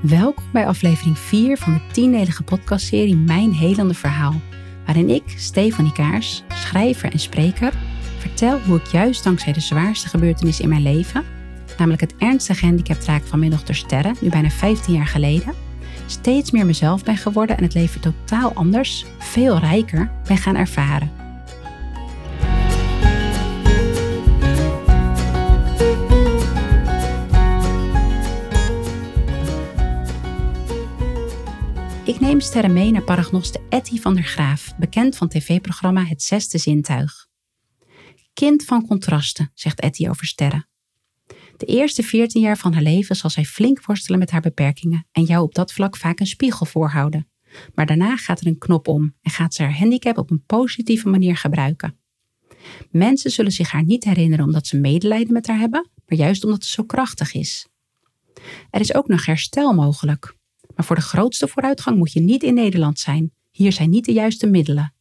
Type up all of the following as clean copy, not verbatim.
Welkom bij aflevering 4 van de 10-delige podcastserie Mijn Helende Verhaal, waarin ik, Stefanie Kaars, schrijver en spreker, vertel hoe ik juist dankzij de zwaarste gebeurtenis in mijn leven, namelijk het ernstige gehandicaptraken van mijn dochter Sterre, nu bijna 15 jaar geleden, steeds meer mezelf ben geworden en het leven totaal anders, veel rijker ben gaan ervaren. Ik neem Sterre mee naar paragnoste Etty van der Graaf, bekend van tv-programma Het Zesde Zintuig. Kind van contrasten, zegt Etty over Sterre. De eerste 14 jaar van haar leven zal zij flink worstelen met haar beperkingen en jou op dat vlak vaak een spiegel voorhouden. Maar daarna gaat er een knop om en gaat ze haar handicap op een positieve manier gebruiken. Mensen zullen zich haar niet herinneren omdat ze medelijden met haar hebben, maar juist omdat ze zo krachtig is. Er is ook nog herstel mogelijk. Maar voor de grootste vooruitgang moet je niet in Nederland zijn. Hier zijn niet de juiste middelen.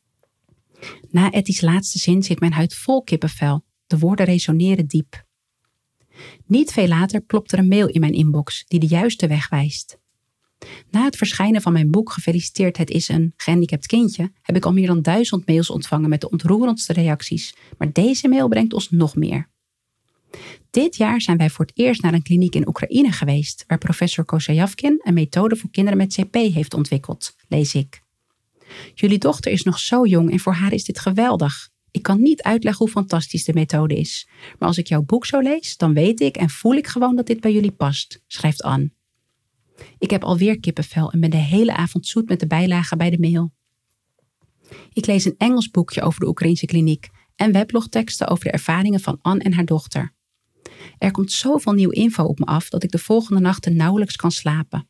Na Etty's laatste zin zit mijn huid vol kippenvel. De woorden resoneren diep. Niet veel later plopt er een mail in mijn inbox die de juiste weg wijst. Na het verschijnen van mijn boek Gefeliciteerd, het is een gehandicapt kindje, heb ik al meer dan 1000 mails ontvangen met de ontroerendste reacties. Maar deze mail brengt ons nog meer. Dit jaar zijn wij voor het eerst naar een kliniek in Oekraïne geweest, waar professor Kosajavkin een methode voor kinderen met CP heeft ontwikkeld, lees ik. Jullie dochter is nog zo jong en voor haar is dit geweldig. Ik kan niet uitleggen hoe fantastisch de methode is. Maar als ik jouw boek zo lees, dan weet ik en voel ik gewoon dat dit bij jullie past, schrijft Anne. Ik heb alweer kippenvel en ben de hele avond zoet met de bijlagen bij de mail. Ik lees een Engels boekje over de Oekraïnse kliniek en weblogteksten over de ervaringen van Anne en haar dochter. Er komt zoveel nieuw info op me af dat ik de volgende nachten nauwelijks kan slapen.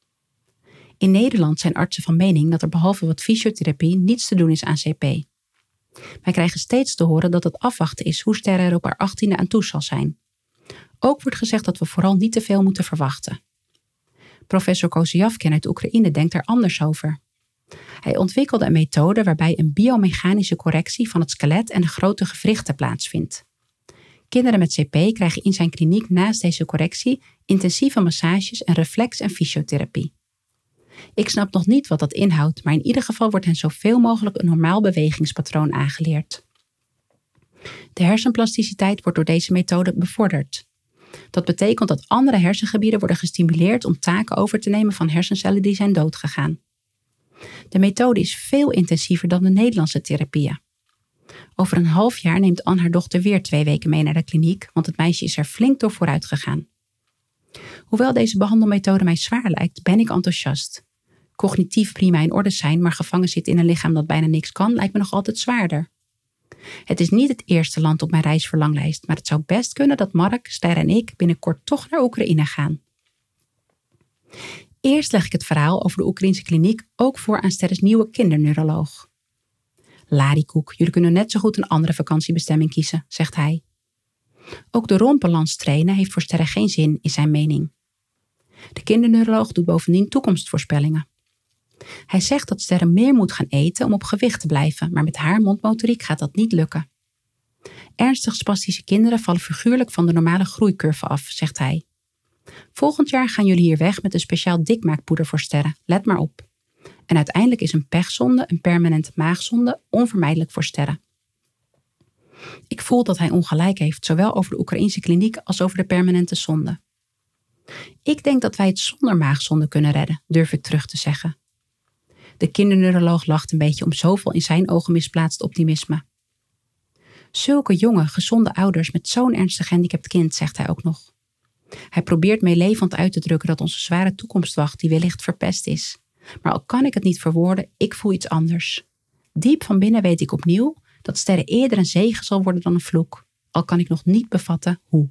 In Nederland zijn artsen van mening dat er behalve wat fysiotherapie niets te doen is aan CP. Wij krijgen steeds te horen dat het afwachten is hoe Sterre er op haar 18e aan toe zal zijn. Ook wordt gezegd dat we vooral niet te veel moeten verwachten. Professor Kosajavkin uit Oekraïne denkt er anders over. Hij ontwikkelde een methode waarbij een biomechanische correctie van het skelet en de grote gewrichten plaatsvindt. Kinderen met CP krijgen in zijn kliniek naast deze correctie intensieve massages en reflex- en fysiotherapie. Ik snap nog niet wat dat inhoudt, maar in ieder geval wordt hen zoveel mogelijk een normaal bewegingspatroon aangeleerd. De hersenplasticiteit wordt door deze methode bevorderd. Dat betekent dat andere hersengebieden worden gestimuleerd om taken over te nemen van hersencellen die zijn doodgegaan. De methode is veel intensiever dan de Nederlandse therapieën. Over een half jaar neemt Anne haar dochter weer 2 weken mee naar de kliniek, want het meisje is er flink door vooruit gegaan. Hoewel deze behandelmethode mij zwaar lijkt, ben ik enthousiast. Cognitief prima in orde zijn, maar gevangen zitten in een lichaam dat bijna niks kan, lijkt me nog altijd zwaarder. Het is niet het eerste land op mijn reisverlanglijst, maar het zou best kunnen dat Mark, Sterre en ik binnenkort toch naar Oekraïne gaan. Eerst leg ik het verhaal over de Oekraïnse kliniek ook voor aan Sterres nieuwe kinderneuroloog. Larikoek, jullie kunnen net zo goed een andere vakantiebestemming kiezen, zegt hij. Ook de rompenlans trainen heeft voor Sterre geen zin, is zijn mening. De kinderneuroloog doet bovendien toekomstvoorspellingen. Hij zegt dat Sterre meer moet gaan eten om op gewicht te blijven, maar met haar mondmotoriek gaat dat niet lukken. Ernstig spastische kinderen vallen figuurlijk van de normale groeicurve af, zegt hij. Volgend jaar gaan jullie hier weg met een speciaal dikmaakpoeder voor Sterre, let maar op. En uiteindelijk is een pechzonde, een permanente maagzonde, onvermijdelijk voor Sterre. Ik voel dat hij ongelijk heeft, zowel over de Oekraïnse kliniek als over de permanente zonde. Ik denk dat wij het zonder maagzonde kunnen redden, durf ik terug te zeggen. De kinderneuroloog lacht een beetje om zoveel in zijn ogen misplaatst optimisme. Zulke jonge, gezonde ouders met zo'n ernstig gehandicapt kind, zegt hij ook nog. Hij probeert meelevend uit te drukken dat onze zware toekomst wacht die wellicht verpest is. Maar al kan ik het niet verwoorden, ik voel iets anders. Diep van binnen weet ik opnieuw dat Sterre eerder een zegen zal worden dan een vloek. Al kan ik nog niet bevatten hoe.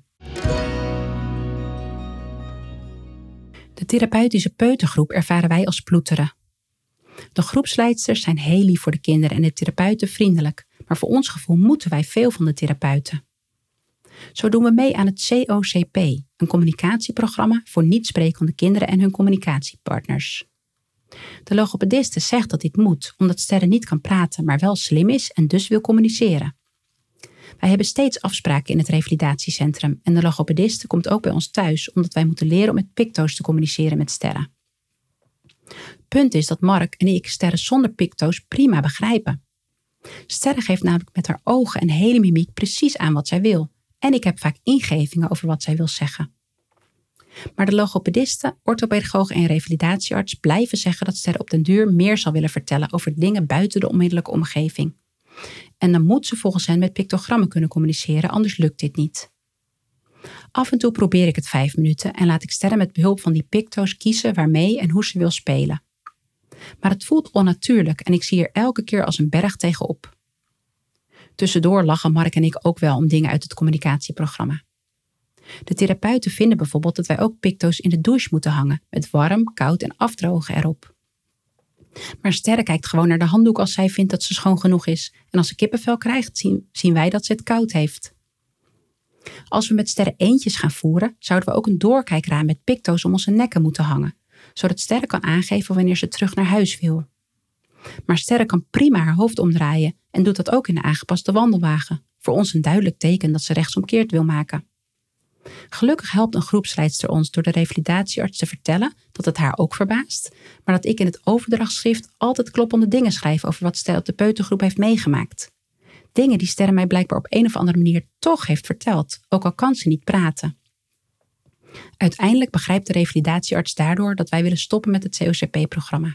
De therapeutische peutergroep ervaren wij als ploeteren. De groepsleidsters zijn heel lief voor de kinderen en de therapeuten vriendelijk. Maar voor ons gevoel moeten wij veel van de therapeuten. Zo doen we mee aan het COCP, een communicatieprogramma voor niet-sprekende kinderen en hun communicatiepartners. De logopediste zegt dat dit moet, omdat Sterre niet kan praten, maar wel slim is en dus wil communiceren. Wij hebben steeds afspraken in het revalidatiecentrum en de logopediste komt ook bij ons thuis omdat wij moeten leren om met picto's te communiceren met Sterre. Punt is dat Mark en ik Sterre zonder picto's prima begrijpen. Sterre geeft namelijk met haar ogen en hele mimiek precies aan wat zij wil en ik heb vaak ingevingen over wat zij wil zeggen. Maar de logopediste, orthopedagoog en revalidatiearts blijven zeggen dat Sterre op den duur meer zal willen vertellen over dingen buiten de onmiddellijke omgeving. En dan moet ze volgens hen met pictogrammen kunnen communiceren, anders lukt dit niet. Af en toe probeer ik het 5 minuten en laat ik Sterre met behulp van die picto's kiezen waarmee en hoe ze wil spelen. Maar het voelt onnatuurlijk en ik zie er elke keer als een berg tegenop. Tussendoor lachen Mark en ik ook wel om dingen uit het communicatieprogramma. De therapeuten vinden bijvoorbeeld dat wij ook picto's in de douche moeten hangen, met warm, koud en afdrogen erop. Maar Sterre kijkt gewoon naar de handdoek als zij vindt dat ze schoon genoeg is. En als ze kippenvel krijgt, zien wij dat ze het koud heeft. Als we met Sterre eendjes gaan voeren, zouden we ook een doorkijkraam met picto's om onze nekken moeten hangen, zodat Sterre kan aangeven wanneer ze terug naar huis wil. Maar Sterre kan prima haar hoofd omdraaien en doet dat ook in de aangepaste wandelwagen. Voor ons een duidelijk teken dat ze rechtsomkeerd wil maken. Gelukkig helpt een groepsleidster ons door de revalidatiearts te vertellen dat het haar ook verbaast, maar dat ik in het overdrachtschrift altijd kloppende dingen schrijf over wat Sterre op de peutergroep heeft meegemaakt. Dingen die Sterre mij blijkbaar op een of andere manier toch heeft verteld, ook al kan ze niet praten. Uiteindelijk begrijpt de revalidatiearts daardoor dat wij willen stoppen met het COCP-programma.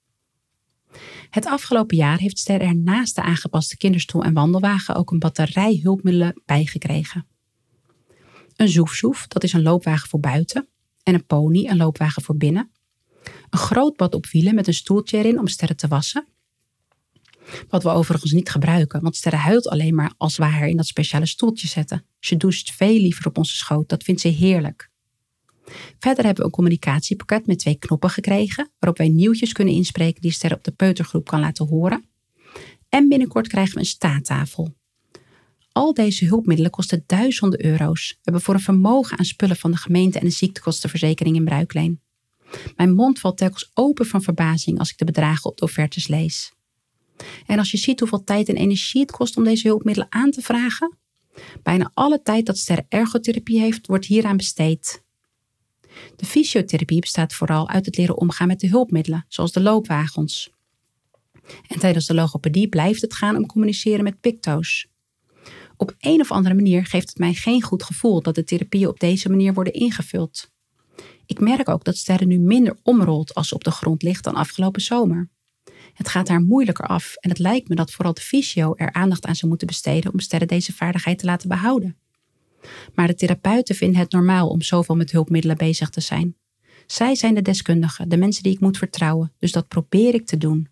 Het afgelopen jaar heeft Sterre er naast de aangepaste kinderstoel en wandelwagen ook een batterij hulpmiddelen bijgekregen. Een zoefzoef, dat is een loopwagen voor buiten. En een pony, een loopwagen voor binnen. Een groot bad op wielen met een stoeltje erin om Sterre te wassen. Wat we overigens niet gebruiken, want Sterre huilt alleen maar als we haar in dat speciale stoeltje zetten. Ze doucht veel liever op onze schoot, dat vindt ze heerlijk. Verder hebben we een communicatiepakket met 2 knoppen gekregen, waarop wij nieuwtjes kunnen inspreken die Sterre op de peutergroep kan laten horen. En binnenkort krijgen we een staattafel. Al deze hulpmiddelen kosten duizenden euro's. We hebben voor een vermogen aan spullen van de gemeente en de ziektekostenverzekering in bruikleen. Mijn mond valt telkens open van verbazing als ik de bedragen op de offertes lees. En als je ziet hoeveel tijd en energie het kost om deze hulpmiddelen aan te vragen, bijna alle tijd dat Sterre ergotherapie heeft, wordt hieraan besteed. De fysiotherapie bestaat vooral uit het leren omgaan met de hulpmiddelen, zoals de loopwagens. En tijdens de logopedie blijft het gaan om communiceren met picto's. Op een of andere manier geeft het mij geen goed gevoel dat de therapieën op deze manier worden ingevuld. Ik merk ook dat Sterre nu minder omrolt als ze op de grond ligt dan afgelopen zomer. Het gaat haar moeilijker af en het lijkt me dat vooral de fysio er aandacht aan zou moeten besteden om Sterre deze vaardigheid te laten behouden. Maar de therapeuten vinden het normaal om zoveel met hulpmiddelen bezig te zijn. Zij zijn de deskundigen, de mensen die ik moet vertrouwen, dus dat probeer ik te doen.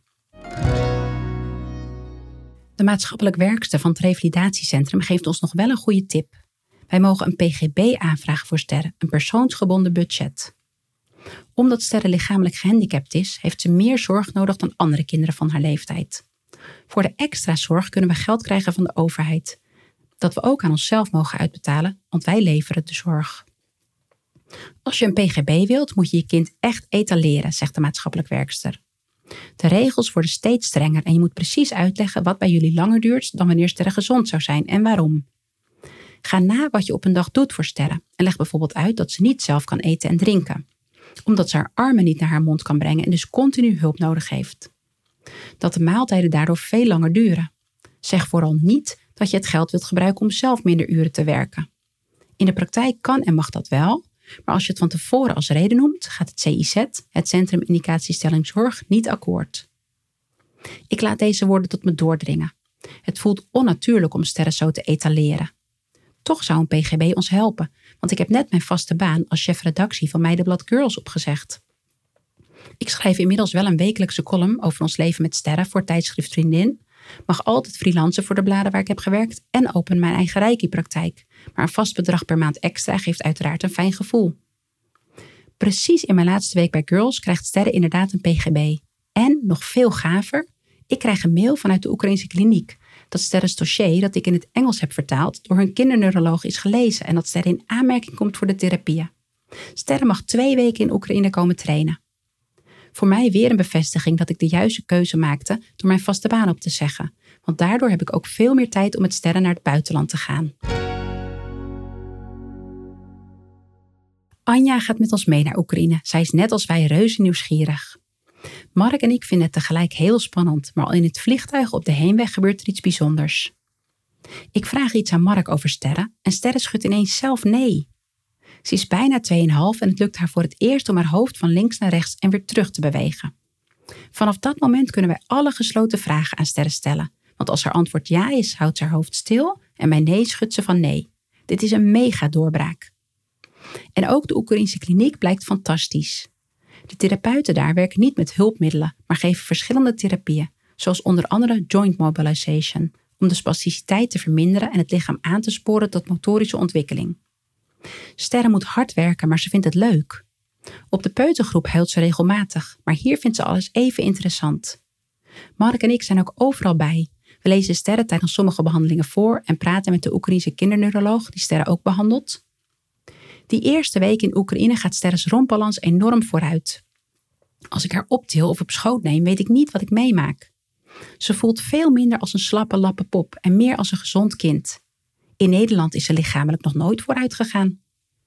De maatschappelijk werkster van het revalidatiecentrum geeft ons nog wel een goede tip. Wij mogen een PGB aanvragen voor Sterre, een persoonsgebonden budget. Omdat Sterre lichamelijk gehandicapt is, heeft ze meer zorg nodig dan andere kinderen van haar leeftijd. Voor de extra zorg kunnen we geld krijgen van de overheid, dat we ook aan onszelf mogen uitbetalen, want wij leveren de zorg. Als je een PGB wilt, moet je je kind echt etaleren, zegt de maatschappelijk werkster. De regels worden steeds strenger en je moet precies uitleggen wat bij jullie langer duurt dan wanneer Sterre gezond zou zijn en waarom. Ga na wat je op een dag doet voor Sterre en leg bijvoorbeeld uit dat ze niet zelf kan eten en drinken, omdat ze haar armen niet naar haar mond kan brengen en dus continu hulp nodig heeft. Dat de maaltijden daardoor veel langer duren. Zeg vooral niet dat je het geld wilt gebruiken om zelf minder uren te werken. In de praktijk kan en mag dat wel, maar als je het van tevoren als reden noemt, gaat het CIZ, het Centrum Indicatiestelling Zorg, niet akkoord. Ik laat deze woorden tot me doordringen. Het voelt onnatuurlijk om Sterre zo te etaleren. Toch zou een PGB ons helpen, want ik heb net mijn vaste baan als chefredactie van Meidenblad Girls opgezegd. Ik schrijf inmiddels wel een wekelijkse column over ons leven met Sterre voor tijdschrift Vriendin, mag altijd freelancen voor de bladen waar ik heb gewerkt en open mijn eigen reiki-praktijk. Maar een vast bedrag per maand extra geeft uiteraard een fijn gevoel. Precies in mijn laatste week bij Girls krijgt Sterre inderdaad een PGB. En, nog veel gaver, ik krijg een mail vanuit de Oekraïnse kliniek dat Sterre's dossier, dat ik in het Engels heb vertaald, door hun kinderneuroloog is gelezen en dat Sterre in aanmerking komt voor de therapieën. Sterre mag 2 weken in Oekraïne komen trainen. Voor mij weer een bevestiging dat ik de juiste keuze maakte door mijn vaste baan op te zeggen. Want daardoor heb ik ook veel meer tijd om met Sterre naar het buitenland te gaan. Anja gaat met ons mee naar Oekraïne. Zij is net als wij reuze nieuwsgierig. Mark en ik vinden het tegelijk heel spannend, maar al in het vliegtuig op de heenweg gebeurt er iets bijzonders. Ik vraag iets aan Mark over Sterre en Sterre schudt ineens zelf nee. Ze is bijna 2,5 en het lukt haar voor het eerst om haar hoofd van links naar rechts en weer terug te bewegen. Vanaf dat moment kunnen wij alle gesloten vragen aan Sterre stellen. Want als haar antwoord ja is, houdt ze haar hoofd stil en bij nee schudt ze van nee. Dit is een mega doorbraak. En ook de Oekraïnse kliniek blijkt fantastisch. De therapeuten daar werken niet met hulpmiddelen, maar geven verschillende therapieën, zoals onder andere joint mobilization, om de spasticiteit te verminderen en het lichaam aan te sporen tot motorische ontwikkeling. Sterre moet hard werken, maar ze vindt het leuk. Op de peutergroep huilt ze regelmatig, maar hier vindt ze alles even interessant. Mark en ik zijn ook overal bij. We lezen Sterre tijdens sommige behandelingen voor en praten met de Oekraïense kinderneuroloog die Sterre ook behandelt. Die eerste week in Oekraïne gaat Sterre's rompbalans enorm vooruit. Als ik haar optil of op schoot neem, weet ik niet wat ik meemaak. Ze voelt veel minder als een slappe lappenpop en meer als een gezond kind. In Nederland is ze lichamelijk nog nooit vooruit gegaan.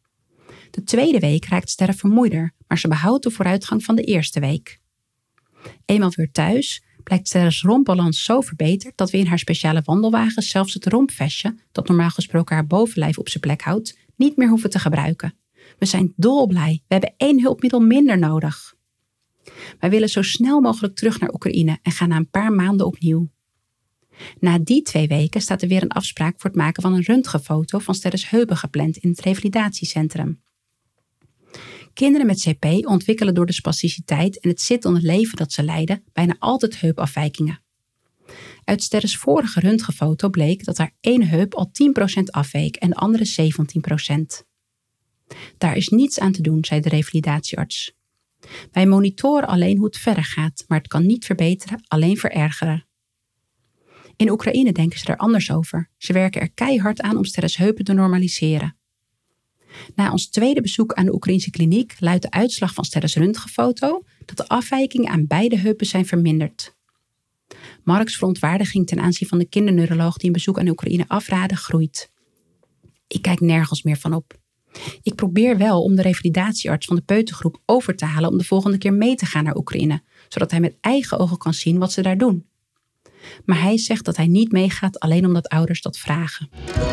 De tweede week raakt Sterre vermoeider, maar ze behoudt de vooruitgang van de eerste week. Eenmaal weer thuis blijkt Sterre's rompbalans zo verbeterd dat we in haar speciale wandelwagen zelfs het rompvestje, dat normaal gesproken haar bovenlijf op zijn plek houdt, niet meer hoeven te gebruiken. We zijn dolblij. We hebben 1 hulpmiddel minder nodig. Wij willen zo snel mogelijk terug naar Oekraïne en gaan na een paar maanden opnieuw. Na die 2 weken staat er weer een afspraak voor het maken van een röntgenfoto van Sterre's heupen gepland in het revalidatiecentrum. Kinderen met CP ontwikkelen door de spasticiteit en het zittende leven dat ze leiden bijna altijd heupafwijkingen. Uit Sterre's vorige röntgenfoto bleek dat haar 1 heup al 10% afweek en de andere 17%. Daar is niets aan te doen, zei de revalidatiearts. Wij monitoren alleen hoe het verder gaat, maar het kan niet verbeteren, alleen verergeren. In Oekraïne denken ze er anders over. Ze werken er keihard aan om Sterre's heupen te normaliseren. Na ons tweede bezoek aan de Oekraïnse kliniek luidt de uitslag van Sterre's röntgenfoto dat de afwijkingen aan beide heupen zijn verminderd. Marks verontwaardiging ten aanzien van de kinderneuroloog die een bezoek aan Oekraïne afraadde groeit. Ik kijk nergens meer van op. Ik probeer wel om de revalidatiearts van de peutergroep over te halen om de volgende keer mee te gaan naar Oekraïne, zodat hij met eigen ogen kan zien wat ze daar doen. Maar hij zegt dat hij niet meegaat alleen omdat ouders dat vragen.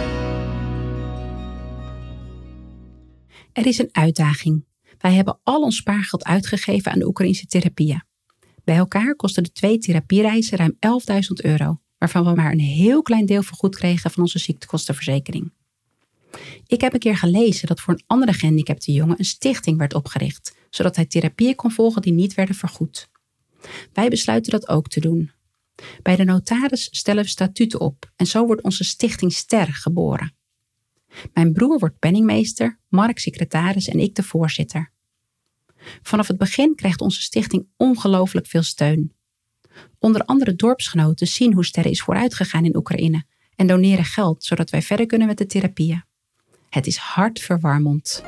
Er is een uitdaging. Wij hebben al ons spaargeld uitgegeven aan de Oekraïnse therapieën. Bij elkaar kosten de 2 therapiereizen ruim €11.000, waarvan we maar een heel klein deel vergoed kregen van onze ziektekostenverzekering. Ik heb een keer gelezen dat voor een andere gehandicapte jongen een stichting werd opgericht, zodat hij therapieën kon volgen die niet werden vergoed. Wij besluiten dat ook te doen. Bij de notaris stellen we statuten op en zo wordt onze stichting Ster geboren. Mijn broer wordt penningmeester, Mark secretaris en ik de voorzitter. Vanaf het begin krijgt onze stichting ongelooflijk veel steun. Onder andere dorpsgenoten zien hoe Sterre is vooruitgegaan in Oekraïne en doneren geld zodat wij verder kunnen met de therapieën. Het is hartverwarmend.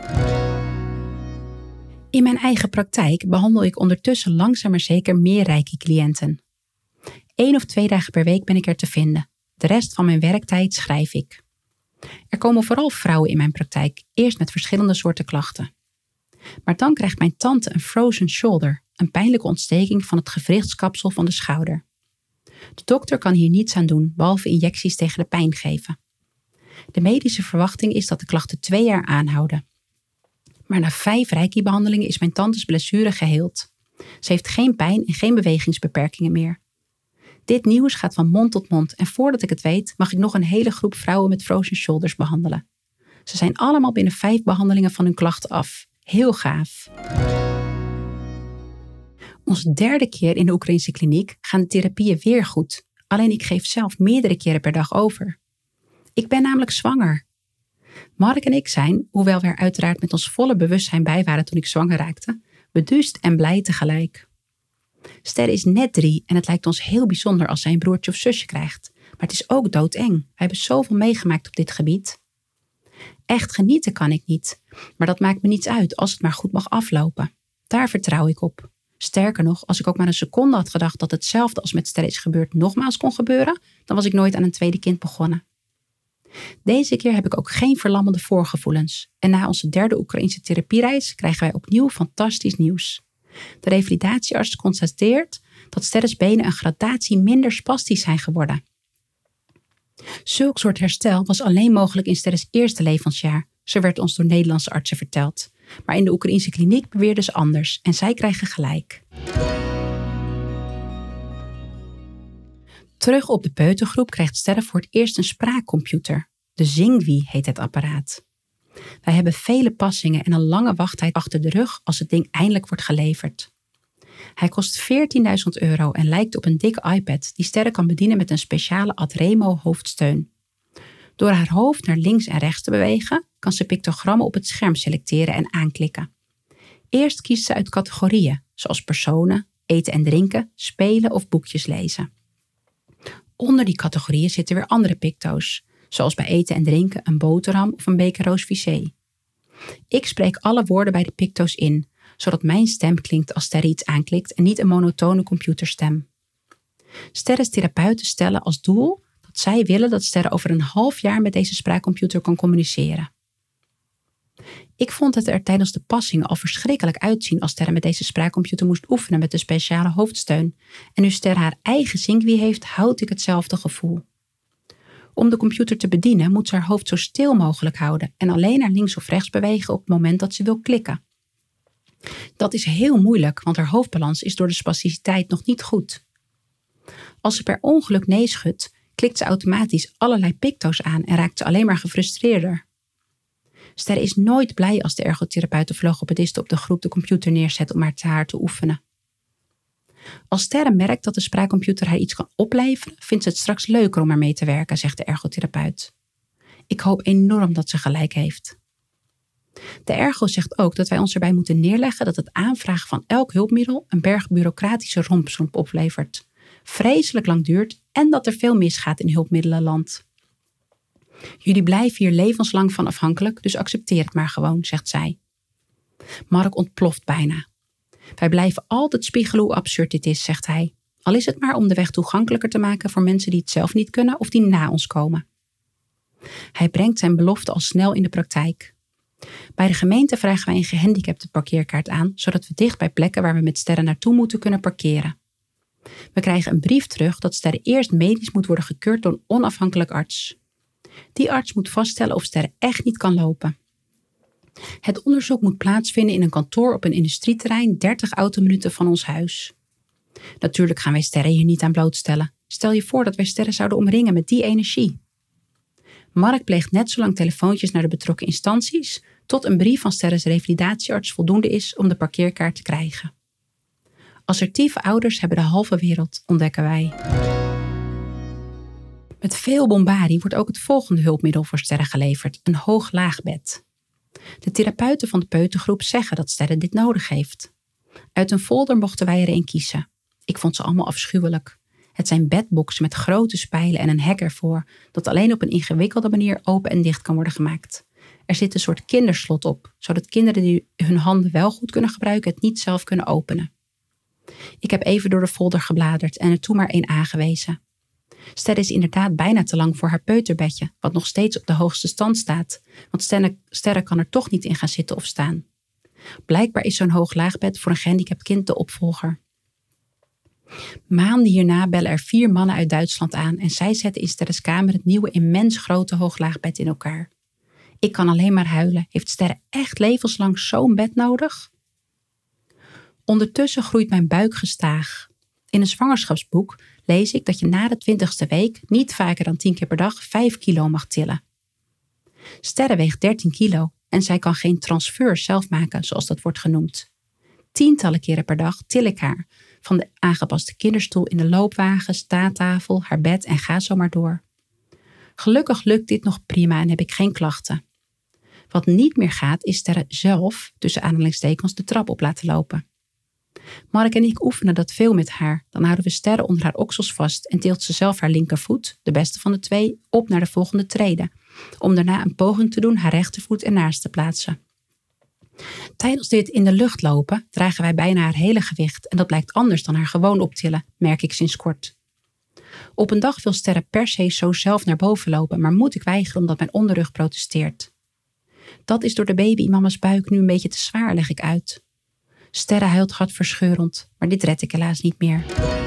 In mijn eigen praktijk behandel ik ondertussen langzaam maar zeker meer Reiki-cliënten. 1 of 2 dagen per week ben ik er te vinden. De rest van mijn werktijd schrijf ik. Er komen vooral vrouwen in mijn praktijk, eerst met verschillende soorten klachten. Maar dan krijgt mijn tante een frozen shoulder, een pijnlijke ontsteking van het gewrichtskapsel van de schouder. De dokter kan hier niets aan doen, behalve injecties tegen de pijn geven. De medische verwachting is dat de klachten 2 jaar aanhouden. Maar na 5 Reiki-behandelingen is mijn tantes blessure geheeld. Ze heeft geen pijn en geen bewegingsbeperkingen meer. Dit nieuws gaat van mond tot mond en voordat ik het weet mag ik nog een hele groep vrouwen met frozen shoulders behandelen. Ze zijn allemaal binnen 5 behandelingen van hun klachten af. Heel gaaf. Onze 3e keer in de Oekraïnse kliniek gaan de therapieën weer goed. Alleen ik geef zelf meerdere keren per dag over. Ik ben namelijk zwanger. Mark en ik zijn, hoewel we er uiteraard met ons volle bewustzijn bij waren toen ik zwanger raakte, beduusd en blij tegelijk. Sterre is net 3 en het lijkt ons heel bijzonder als zij een broertje of zusje krijgt. Maar het is ook doodeng. We hebben zoveel meegemaakt op dit gebied. Echt genieten kan ik niet, maar dat maakt me niets uit als het maar goed mag aflopen. Daar vertrouw ik op. Sterker nog, als ik ook maar een seconde had gedacht dat hetzelfde als met Sterre is gebeurd nogmaals kon gebeuren, dan was ik nooit aan een tweede kind begonnen. Deze keer heb ik ook geen verlammende voorgevoelens. En na onze 3e Oekraïnse therapiereis krijgen wij opnieuw fantastisch nieuws. De revalidatiearts constateert dat Sterres benen een gradatie minder spastisch zijn geworden. Zulk soort herstel was alleen mogelijk in Sterres eerste levensjaar, zo werd ons door Nederlandse artsen verteld. Maar in de Oekraïnse kliniek beweerden ze anders en zij krijgen gelijk. Terug op de peutergroep krijgt Sterre voor het eerst een spraakcomputer. De Zingwi heet het apparaat. Wij hebben vele passingen en een lange wachttijd achter de rug als het ding eindelijk wordt geleverd. Hij kost €14.000 en lijkt op een dikke iPad die Sterre kan bedienen met een speciale Adremo hoofdsteun. Door haar hoofd naar links en rechts te bewegen, kan ze pictogrammen op het scherm selecteren en aanklikken. Eerst kiest ze uit categorieën, zoals personen, eten en drinken, spelen of boekjes lezen. Onder die categorieën zitten weer andere picto's, zoals bij eten en drinken een boterham of een beker roos vissé. Ik spreek alle woorden bij de picto's in, zodat mijn stem klinkt als Sterre iets aanklikt en niet een monotone computerstem. Sterres therapeuten stellen als doel dat zij willen dat Sterre over een half jaar met deze spraakcomputer kan communiceren. Ik vond het er tijdens de passing al verschrikkelijk uitzien als Sterre met deze spraakcomputer moest oefenen met de speciale hoofdsteun. En nu Sterre haar eigen Zingwi heeft, houd ik hetzelfde gevoel. Om de computer te bedienen moet ze haar hoofd zo stil mogelijk houden en alleen naar links of rechts bewegen op het moment dat ze wil klikken. Dat is heel moeilijk, want haar hoofdbalans is door de spasticiteit nog niet goed. Als ze per ongeluk nee schudt, klikt ze automatisch allerlei picto's aan en raakt ze alleen maar gefrustreerder. Sterre is nooit blij als de ergotherapeut of logopedist op de groep de computer neerzet om haar te oefenen. Als Sterre merkt dat de spraakcomputer haar iets kan opleveren, vindt ze het straks leuker om ermee te werken, zegt de ergotherapeut. Ik hoop enorm dat ze gelijk heeft. De ergo zegt ook dat wij ons erbij moeten neerleggen dat het aanvragen van elk hulpmiddel een berg bureaucratische rompslomp oplevert, vreselijk lang duurt en dat er veel misgaat in hulpmiddelenland. Jullie blijven hier levenslang van afhankelijk, dus accepteer het maar gewoon, zegt zij. Mark ontploft bijna. Wij blijven altijd spiegelen hoe absurd dit is, zegt hij. Al is het maar om de weg toegankelijker te maken voor mensen die het zelf niet kunnen of die na ons komen. Hij brengt zijn belofte al snel in de praktijk. Bij de gemeente vragen wij een gehandicapte parkeerkaart aan, zodat we dicht bij plekken waar we met Sterre naartoe moeten kunnen parkeren. We krijgen een brief terug dat Sterre eerst medisch moet worden gekeurd door een onafhankelijk arts. Die arts moet vaststellen of Sterre echt niet kan lopen. Het onderzoek moet plaatsvinden in een kantoor op een industrieterrein 30 autominuten van ons huis. Natuurlijk gaan wij Sterre hier niet aan blootstellen. Stel je voor dat wij Sterre zouden omringen met die energie. Mark pleegt net zo lang telefoontjes naar de betrokken instanties, tot een brief van Sterres revalidatiearts voldoende is om de parkeerkaart te krijgen. Assertieve ouders hebben de halve wereld, ontdekken wij. Met veel bombardie wordt ook het volgende hulpmiddel voor Sterre geleverd, een hoog-laagbed. De therapeuten van de peutergroep zeggen dat Sterre dit nodig heeft. Uit een folder mochten wij er een kiezen. Ik vond ze allemaal afschuwelijk. Het zijn bedboxen met grote spijlen en een hek ervoor, dat alleen op een ingewikkelde manier open en dicht kan worden gemaakt. Er zit een soort kinderslot op, zodat kinderen die hun handen wel goed kunnen gebruiken het niet zelf kunnen openen. Ik heb even door de folder gebladerd en er toen maar één aangewezen. Sterre is inderdaad bijna te lang voor haar peuterbedje, wat nog steeds op de hoogste stand staat, want Sterre kan er toch niet in gaan zitten of staan. Blijkbaar is zo'n hoog laagbed voor een gehandicapt kind de opvolger. Maanden hierna bellen er 4 mannen uit Duitsland aan en zij zetten in Sterres kamer het nieuwe immens grote hooglaagbed in elkaar. Ik kan alleen maar huilen. Heeft Sterre echt levenslang zo'n bed nodig? Ondertussen groeit mijn buik gestaag. In een zwangerschapsboek lees ik dat je na de 20ste week niet vaker dan 10 keer per dag 5 kilo mag tillen. Sterre weegt 13 kilo en zij kan geen transfer zelf maken, zoals dat wordt genoemd. Tientallen keren per dag til ik haar, van de aangepaste kinderstoel in de loopwagen, staattafel, haar bed en ga zo maar door. Gelukkig lukt dit nog prima en heb ik geen klachten. Wat niet meer gaat is Sterre zelf, tussen aanhalingstekens, de trap op laten lopen. Mark en ik oefenen dat veel met haar. Dan houden we Sterre onder haar oksels vast en tilt ze zelf haar linkervoet, de beste van de 2, op naar de volgende trede, om daarna een poging te doen haar rechtervoet ernaast te plaatsen. Tijdens dit in de lucht lopen dragen wij bijna haar hele gewicht en dat blijkt anders dan haar gewoon optillen, merk ik sinds kort. Op een dag wil Sterre per se zo zelf naar boven lopen, maar moet ik weigeren omdat mijn onderrug protesteert. Dat is door de baby in mama's buik nu een beetje te zwaar, leg ik uit. Sterre huilt hartverscheurend, maar dit red ik helaas niet meer.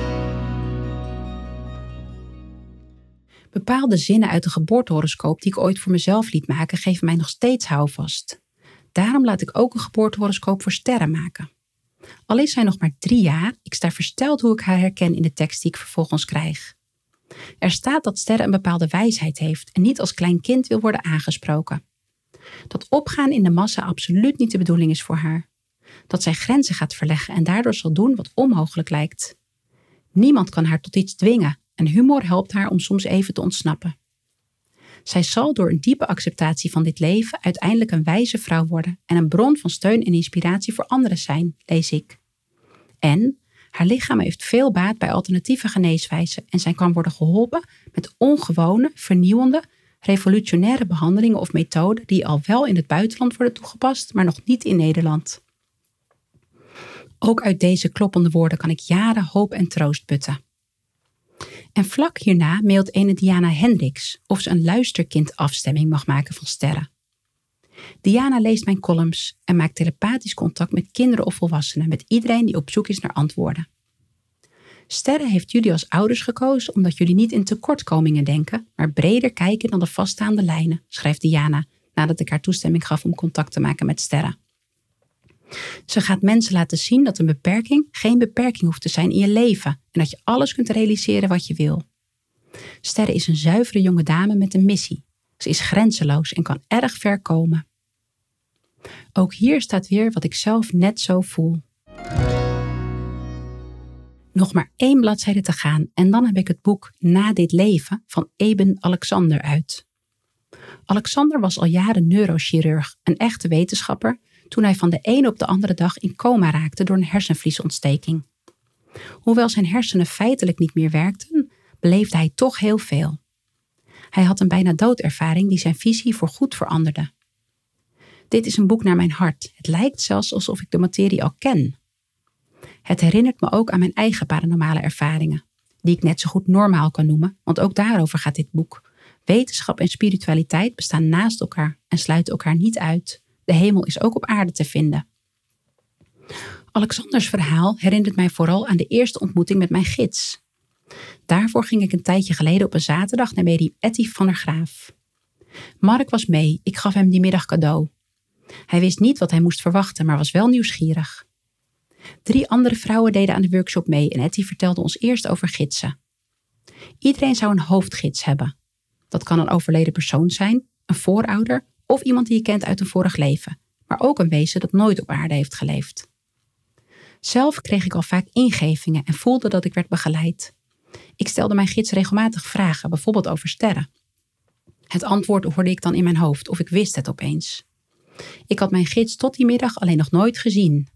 Bepaalde zinnen uit de geboortehoroscoop die ik ooit voor mezelf liet maken, geven mij nog steeds houvast. Daarom laat ik ook een geboortehoroscoop voor Sterre maken. Al is zij nog maar 3 jaar, ik sta versteld hoe ik haar herken in de tekst die ik vervolgens krijg. Er staat dat Sterre een bepaalde wijsheid heeft en niet als klein kind wil worden aangesproken. Dat opgaan in de massa absoluut niet de bedoeling is voor haar. Dat zij grenzen gaat verleggen en daardoor zal doen wat onmogelijk lijkt. Niemand kan haar tot iets dwingen en humor helpt haar om soms even te ontsnappen. Zij zal door een diepe acceptatie van dit leven uiteindelijk een wijze vrouw worden en een bron van steun en inspiratie voor anderen zijn, lees ik. En haar lichaam heeft veel baat bij alternatieve geneeswijzen en zij kan worden geholpen met ongewone, vernieuwende, revolutionaire behandelingen of methoden die al wel in het buitenland worden toegepast, maar nog niet in Nederland. Ook uit deze kloppende woorden kan ik jaren hoop en troost putten. En vlak hierna mailt ene Diana Hendricks of ze een luisterkindafstemming mag maken van Sterre. Diana leest mijn columns en maakt telepathisch contact met kinderen of volwassenen, met iedereen die op zoek is naar antwoorden. Sterre heeft jullie als ouders gekozen omdat jullie niet in tekortkomingen denken, maar breder kijken dan de vaststaande lijnen, schrijft Diana nadat ik haar toestemming gaf om contact te maken met Sterre. Ze gaat mensen laten zien dat een beperking geen beperking hoeft te zijn in je leven en dat je alles kunt realiseren wat je wil. Sterre is een zuivere jonge dame met een missie. Ze is grenzeloos en kan erg ver komen. Ook hier staat weer wat ik zelf net zo voel. Nog maar 1 bladzijde te gaan en dan heb ik het boek Na dit leven van Eben Alexander uit. Alexander was al jaren neurochirurg, een echte wetenschapper, toen hij van de ene op de andere dag in coma raakte door een hersenvliesontsteking. Hoewel zijn hersenen feitelijk niet meer werkten, beleefde hij toch heel veel. Hij had een bijna doodervaring die zijn visie voorgoed veranderde. Dit is een boek naar mijn hart. Het lijkt zelfs alsof ik de materie al ken. Het herinnert me ook aan mijn eigen paranormale ervaringen, die ik net zo goed normaal kan noemen, want ook daarover gaat dit boek. Wetenschap en spiritualiteit bestaan naast elkaar en sluiten elkaar niet uit. De hemel is ook op aarde te vinden. Alexanders verhaal herinnert mij vooral aan de eerste ontmoeting met mijn gids. Daarvoor ging ik een tijdje geleden op een zaterdag naar medium Etty van der Graaf. Mark was mee, ik gaf hem die middag cadeau. Hij wist niet wat hij moest verwachten, maar was wel nieuwsgierig. 3 andere vrouwen deden aan de workshop mee en Etty vertelde ons eerst over gidsen. Iedereen zou een hoofdgids hebben. Dat kan een overleden persoon zijn, een voorouder of iemand die je kent uit een vorig leven, maar ook een wezen dat nooit op aarde heeft geleefd. Zelf kreeg ik al vaak ingevingen en voelde dat ik werd begeleid. Ik stelde mijn gids regelmatig vragen, bijvoorbeeld over sterren. Het antwoord hoorde ik dan in mijn hoofd of ik wist het opeens. Ik had mijn gids tot die middag alleen nog nooit gezien.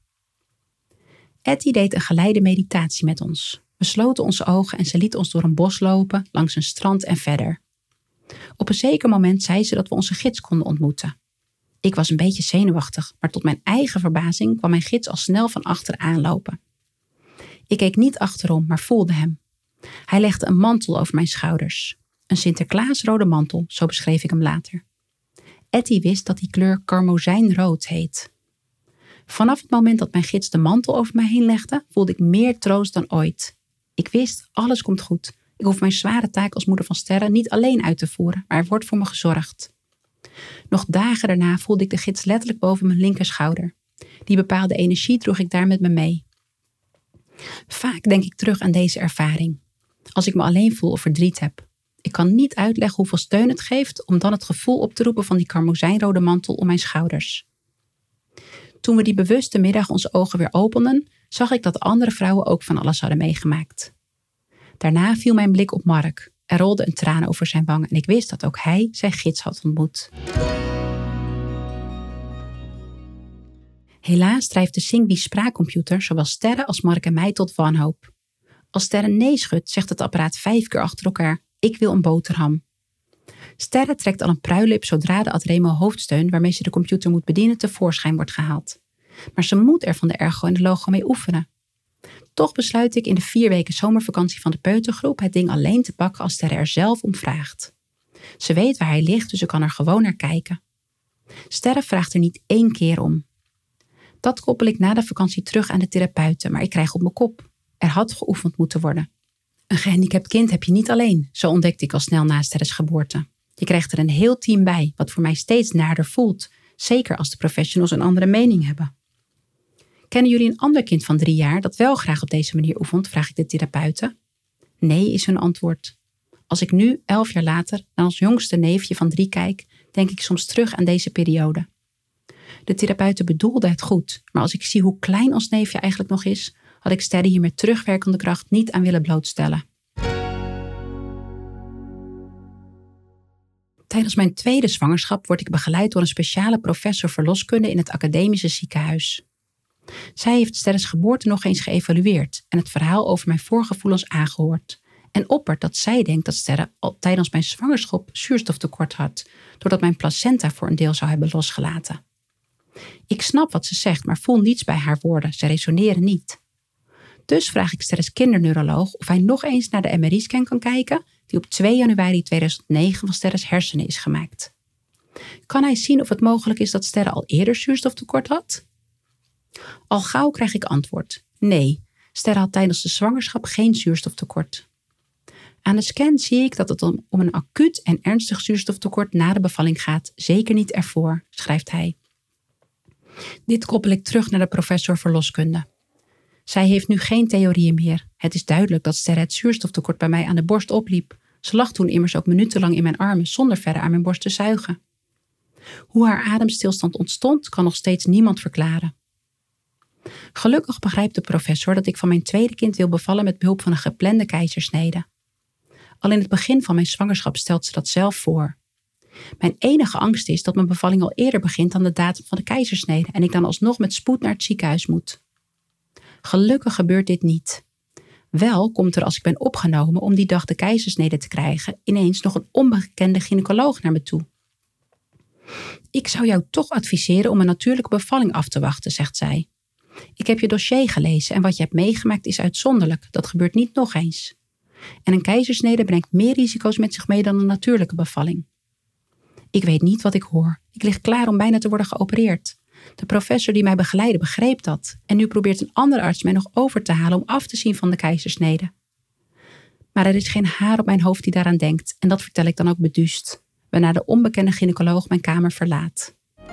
Etty deed een geleide meditatie met ons. We sloten onze ogen en ze liet ons door een bos lopen, langs een strand en verder. Op een zeker moment zei ze dat we onze gids konden ontmoeten. Ik was een beetje zenuwachtig, maar tot mijn eigen verbazing kwam mijn gids al snel van achteren aanlopen. Ik keek niet achterom, maar voelde hem. Hij legde een mantel over mijn schouders. Een Sinterklaasrode mantel, zo beschreef ik hem later. Etty wist dat die kleur karmozijnrood heet. Vanaf het moment dat mijn gids de mantel over mij heen legde, voelde ik meer troost dan ooit. Ik wist, alles komt goed. Ik hoef mijn zware taak als moeder van sterren niet alleen uit te voeren, maar er wordt voor me gezorgd. Nog dagen daarna voelde ik de gids letterlijk boven mijn linkerschouder. Die bepaalde energie droeg ik daar met me mee. Vaak denk ik terug aan deze ervaring. Als ik me alleen voel of verdriet heb. Ik kan niet uitleggen hoeveel steun het geeft om dan het gevoel op te roepen van die karmozijnrode mantel om mijn schouders. Toen we die bewuste middag onze ogen weer openden, zag ik dat de andere vrouwen ook van alles hadden meegemaakt. Daarna viel mijn blik op Mark. Er rolde een traan over zijn wangen en ik wist dat ook hij zijn gids had ontmoet. Helaas drijft de Singbi spraakcomputer zowel Sterre als Mark en mij tot wanhoop. Als Sterre nee schudt, zegt het apparaat 5 keer achter elkaar: ik wil een boterham. Sterre trekt al een pruilip zodra de Adremo hoofdsteun waarmee ze de computer moet bedienen tevoorschijn wordt gehaald. Maar ze moet er van de ergo en de logo mee oefenen. Toch besluit ik in de 4 weken zomervakantie van de peutergroep het ding alleen te pakken als Sterre er zelf om vraagt. Ze weet waar hij ligt, dus ze kan er gewoon naar kijken. Sterre vraagt er niet 1 keer om. Dat koppel ik na de vakantie terug aan de therapeuten, maar ik krijg op mijn kop. Er had geoefend moeten worden. Een gehandicapt kind heb je niet alleen, zo ontdekte ik al snel na Sterres geboorte. Je krijgt er een heel team bij, wat voor mij steeds naarder voelt. Zeker als de professionals een andere mening hebben. Kennen jullie een ander kind van 3 jaar dat wel graag op deze manier oefent, vraag ik de therapeuten. Nee, is hun antwoord. Als ik nu, 11 jaar later, naar ons jongste neefje van 3 kijk, denk ik soms terug aan deze periode. De therapeuten bedoelden het goed, maar als ik zie hoe klein ons neefje eigenlijk nog is, had ik Sterre hier met terugwerkende kracht niet aan willen blootstellen. Tijdens mijn 2e zwangerschap word ik begeleid door een speciale professor verloskunde in het academische ziekenhuis. Zij heeft Sterres geboorte nog eens geëvalueerd en het verhaal over mijn voorgevoelens aangehoord. En oppert dat zij denkt dat Sterre al tijdens mijn zwangerschap zuurstoftekort had, doordat mijn placenta voor een deel zou hebben losgelaten. Ik snap wat ze zegt, maar voel niets bij haar woorden. Ze resoneren niet. Dus vraag ik Sterres kinderneuroloog of hij nog eens naar de MRI-scan kan kijken die op 2 januari 2009 van Sterres hersenen is gemaakt. Kan hij zien of het mogelijk is dat Sterre al eerder zuurstoftekort had? Al gauw krijg ik antwoord. Nee, Sterre had tijdens de zwangerschap geen zuurstoftekort. Aan de scan zie ik dat het om een acuut en ernstig zuurstoftekort na de bevalling gaat, zeker niet ervoor, schrijft hij. Dit koppel ik terug naar de professor verloskunde. Zij heeft nu geen theorieën meer. Het is duidelijk dat Sterre het zuurstoftekort bij mij aan de borst opliep. Ze lag toen immers ook minutenlang in mijn armen zonder verder aan mijn borst te zuigen. Hoe haar ademstilstand ontstond, kan nog steeds niemand verklaren. Gelukkig begrijpt de professor dat ik van mijn 2e kind wil bevallen met behulp van een geplande keizersnede. Al in het begin van mijn zwangerschap stelt ze dat zelf voor. Mijn enige angst is dat mijn bevalling al eerder begint dan de datum van de keizersnede en ik dan alsnog met spoed naar het ziekenhuis moet. Gelukkig gebeurt dit niet. Wel komt er als ik ben opgenomen om die dag de keizersnede te krijgen ineens nog een onbekende gynaecoloog naar me toe. Ik zou jou toch adviseren om een natuurlijke bevalling af te wachten, zegt zij. Ik heb je dossier gelezen en wat je hebt meegemaakt is uitzonderlijk. Dat gebeurt niet nog eens. En een keizersnede brengt meer risico's met zich mee dan een natuurlijke bevalling. Ik weet niet wat ik hoor. Ik lig klaar om bijna te worden geopereerd. De professor die mij begeleidde begreep dat. En nu probeert een andere arts mij nog over te halen om af te zien van de keizersnede. Maar er is geen haar op mijn hoofd die daaraan denkt. En dat vertel ik dan ook beduust. Waarna de onbekende gynaecoloog mijn kamer verlaat.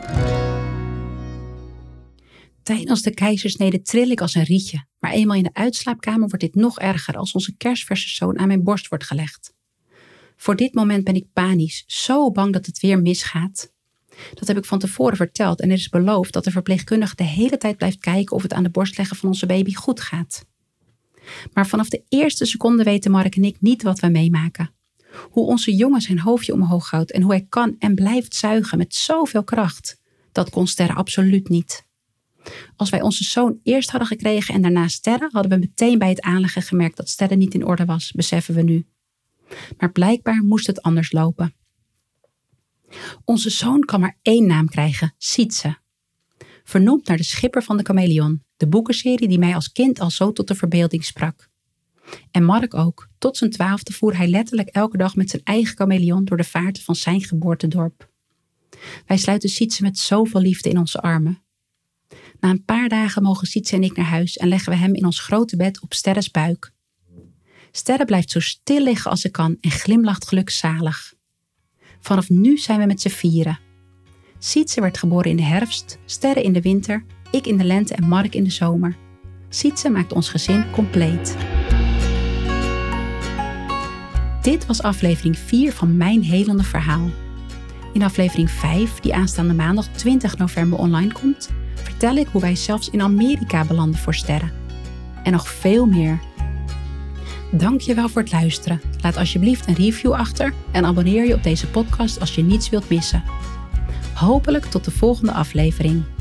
Tijdens de keizersnede tril ik als een rietje. Maar eenmaal in de uitslaapkamer wordt dit nog erger als onze kerstverse zoon aan mijn borst wordt gelegd. Voor dit moment ben ik panisch, zo bang dat het weer misgaat. Dat heb ik van tevoren verteld en er is beloofd dat de verpleegkundige de hele tijd blijft kijken of het aan de borst leggen van onze baby goed gaat. Maar vanaf de eerste seconde weten Mark en ik niet wat we meemaken. Hoe onze jongen zijn hoofdje omhoog houdt en hoe hij kan en blijft zuigen met zoveel kracht. Dat kon Sterre absoluut niet. Als wij onze zoon eerst hadden gekregen en daarna Sterre, hadden we meteen bij het aanleggen gemerkt dat Sterre niet in orde was, beseffen we nu. Maar blijkbaar moest het anders lopen. Onze zoon kan maar 1 naam krijgen, Sietse. Vernoemd naar de schipper van de Chameleon, de boekenserie die mij als kind al zo tot de verbeelding sprak. En Mark ook, tot zijn 12e voer hij letterlijk elke dag met zijn eigen chameleon door de vaarten van zijn geboortedorp. Wij sluiten Sietse met zoveel liefde in onze armen. Na een paar dagen mogen Sietse en ik naar huis en leggen we hem in ons grote bed op Sterres buik. Sterre blijft zo stil liggen als ze kan en glimlacht gelukzalig. Vanaf nu zijn we met z'n 4. Sietse werd geboren in de herfst, Sterre in de winter, ik in de lente en Mark in de zomer. Sietse maakt ons gezin compleet. Dit was aflevering 4 van Mijn Helende Verhaal. In aflevering 5, die aanstaande maandag 20 november online komt, vertel ik hoe wij zelfs in Amerika belanden voor Sterre. En nog veel meer. Dank je wel voor het luisteren. Laat alsjeblieft een review achter en abonneer je op deze podcast als je niets wilt missen. Hopelijk tot de volgende aflevering.